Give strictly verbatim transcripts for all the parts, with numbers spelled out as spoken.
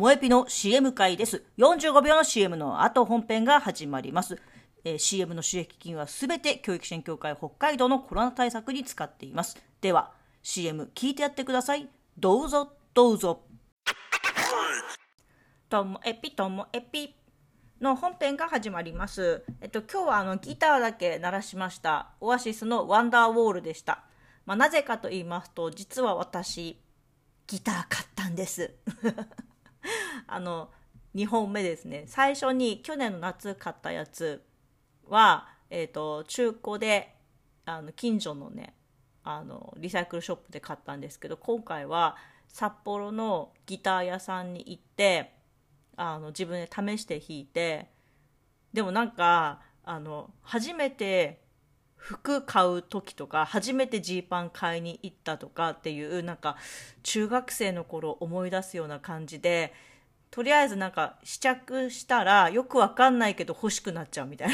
もえぴの シーエム 回です。よんじゅうごびょうの シーエム の後本編が始まります。えー、シーエム の収益金はすべて教育支援協会北海道のコロナ対策に使っています。では シーエム 聞いてやってください。どうぞどうぞ。ともえぴともえぴの本編が始まります。えっと今日はあのギターだけ鳴らしました。オアシスのワンダーウォールでした。まあ、なぜかと言いますと、実は私ギター買ったんですあのにほんめですね。最初に去年の夏買ったやつは、えーと、中古であの近所のねあのリサイクルショップで買ったんですけど、今回は札幌のギター屋さんに行ってあの自分で試して弾いて、でもなんかあの初めて服買う時とか初めてジーパン買いに行ったとかっていうなんか中学生の頃思い出すような感じで、とりあえずなんか試着したらよくわかんないけど欲しくなっちゃうみたいな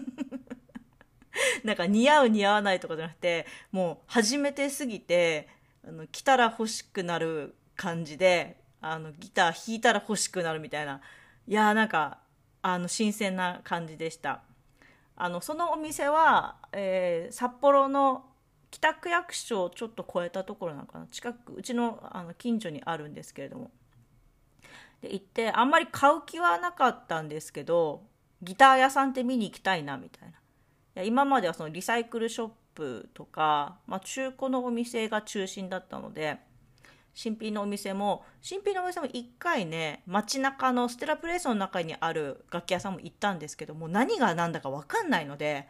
なんか似合う似合わないとかじゃなくて、もう初めてすぎてあの着たら欲しくなる感じで、あのギター弾いたら欲しくなるみたいな、いやーなんかあの新鮮な感じでした。あのそのお店は、えー札幌の北区役所をちょっと越えたところなのかな、近くうちの、あの近所にあるんですけれども、で行ってあんまり買う気はなかったんですけど、ギター屋さんって見に行きたいなみたいな。いや今まではそのリサイクルショップとか、まあ、中古のお店が中心だったので、新品のお店も新品のお店も一回ね、街中のステラプレイスの中にある楽器屋さんも行ったんですけども、何が何だか分かんないので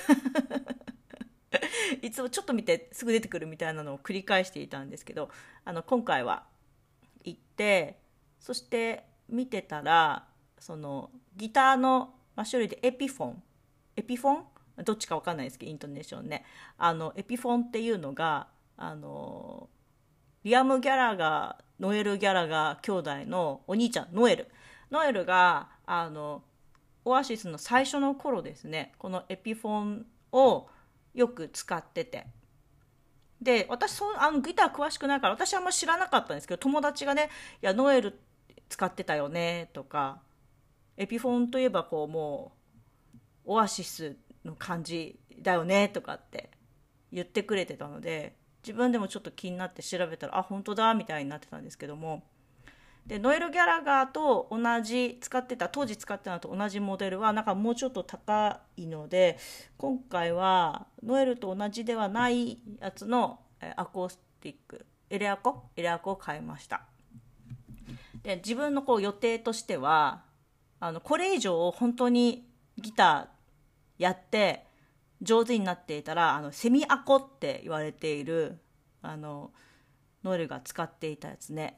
いつもちょっと見てすぐ出てくるみたいなのを繰り返していたんですけど、あの今回は行って、そして見てたら、そのギターの、まあ、種類でエピフォンエピフォンどっちか分かんないですけど、イントネーションね、あのエピフォンっていうのが、あのリアム・ギャラガー、ノエル・ギャラガー兄弟のお兄ちゃん、ノエル。ノエルが、あの、オアシスの最初の頃ですね、このエピフォンをよく使ってて。で、私そう、あの、ギター詳しくないから、私あんま知らなかったんですけど、友達がね、いや、ノエル使ってたよね、とか、エピフォンといえば、こう、もう、オアシスの感じだよね、とかって言ってくれてたので、自分でもちょっと気になって調べたら、あ本当だみたいになってたんですけども、でノエル・ギャラガーと同じ使ってた当時使ってたのと同じモデルはなんかもうちょっと高いので、今回はノエルと同じではないやつのアコースティックエレアコエレアコを買いました。で自分のこう予定としては、あのこれ以上本当にギターやって上手になっていたら、あのセミアコって言われているあのノエルが使っていたやつね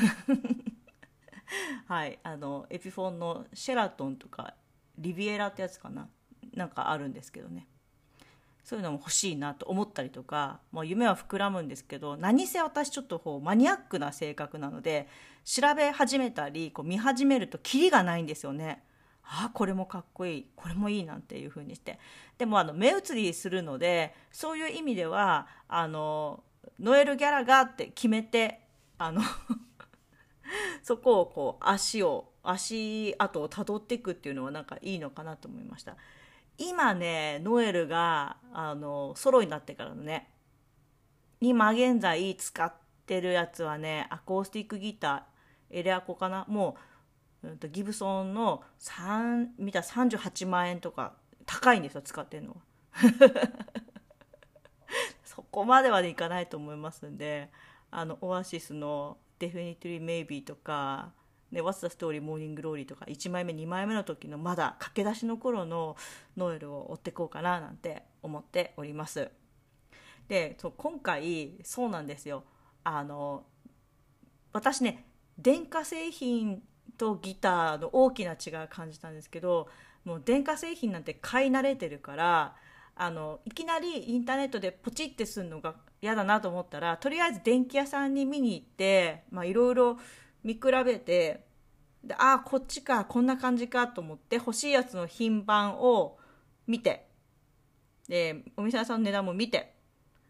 はいあのエピフォンのシェラトンとかリビエラってやつかな、なんかあるんですけどね、そういうのも欲しいなと思ったりとか、もう夢は膨らむんですけど、何せ私ちょっとこうマニアックな性格なので、調べ始めたりこう見始めるとキリがないんですよね。あこれもかっこいい、これもいいなんていう風にして、でもあの目移りするので、そういう意味ではあのノエル・ギャラガーって決めて、あのそこをこう足を足跡をたどっていくっていうのはなんかいいのかなと思いました。今ねノエルがあのソロになってからのね、今現在使ってるやつはね、アコースティックギターエレアコかな、もう、うん、とギブソンのさん見たらさんじゅうはちまんえんとか高いんですよ、使ってるのはそこまではでいかないと思いますんで、あのオアシスの Definitely Maybe とか、ね、What's the Story Morning Glory とかいちまいめにまいめの時のまだ駆け出しの頃のノエルを追っていこうかななんて思っております。でそう今回そうなんですよ、あの私ね電化製品とギターの大きな違いを感じたんですけど、もう電化製品なんて買い慣れてるから、あのいきなりインターネットでポチってするのが嫌だなと思ったら、とりあえず電気屋さんに見に行って、まあ、いろいろ見比べて、でああこっちかこんな感じかと思って欲しいやつの品番を見て、でお店屋さんの値段も見て、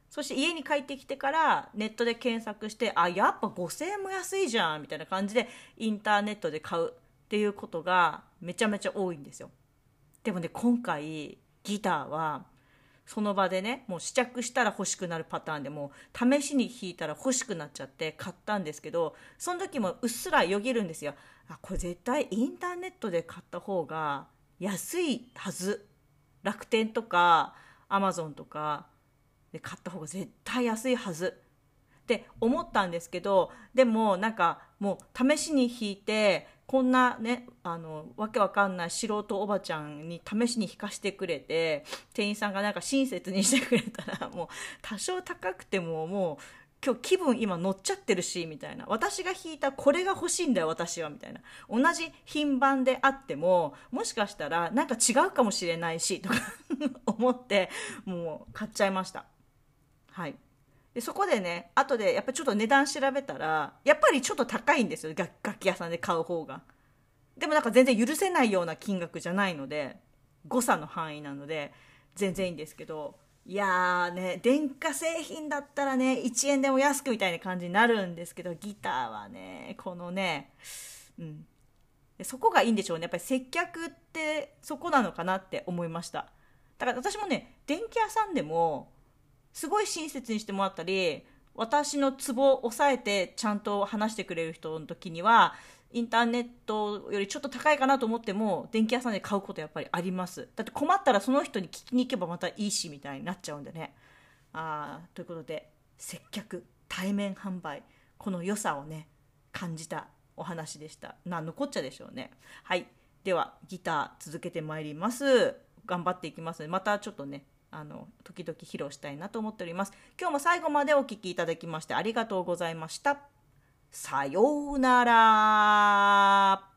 そして家に帰ってきてからネットで検索して、あ、やっぱごせんえんも安いじゃんみたいな感じでインターネットで買うっていうことがめちゃめちゃ多いんですよ。でもね、今回ギターはその場でね、もう試着したら欲しくなるパターンで、もう試しに弾いたら欲しくなっちゃって買ったんですけど、その時もうっすらよぎるんですよ。あ、これ絶対インターネットで買った方が安いはず、楽天とかアマゾンとかで買った方が絶対安いはずって思ったんですけど、でもなんかもう試しに弾いて、こんなね、あのわけわかんない素人おばちゃんに試しに弾かしてくれて、店員さんがなんか親切にしてくれたら、もう多少高くてももう今日気分今乗っちゃってるしみたいな、私が弾いたこれが欲しいんだよ私はみたいな、同じ品番であってももしかしたらなんか違うかもしれないしとか思って、もう買っちゃいました。はい。でそこでね、後でやっぱりちょっと値段調べたらやっぱりちょっと高いんですよ、楽楽器屋さんで買う方が。でもなんか全然許せないような金額じゃないので、誤差の範囲なので全然いいんですけど、いやーね、電化製品だったらねいちえんでも安くみたいな感じになるんですけど、ギターはねこのね、うん、でそこがいいんでしょうね。やっぱり接客ってそこなのかなって思いました。だから私もね、電気屋さんでもすごい親切にしてもらったり、私のツボを押さえてちゃんと話してくれる人の時には、インターネットよりちょっと高いかなと思っても電気屋さんで買うことやっぱりあります。だって困ったらその人に聞きに行けばまたいいしみたいになっちゃうんでね。あーということで、接客、対面販売、この良さをね感じたお話でした。何のこっちゃでしょうね。はい、ではギター続けてまいります。頑張っていきますので、またちょっとね、あの時々披露したいなと思っております。今日も最後までお聞きいただきましてありがとうございました。さようなら。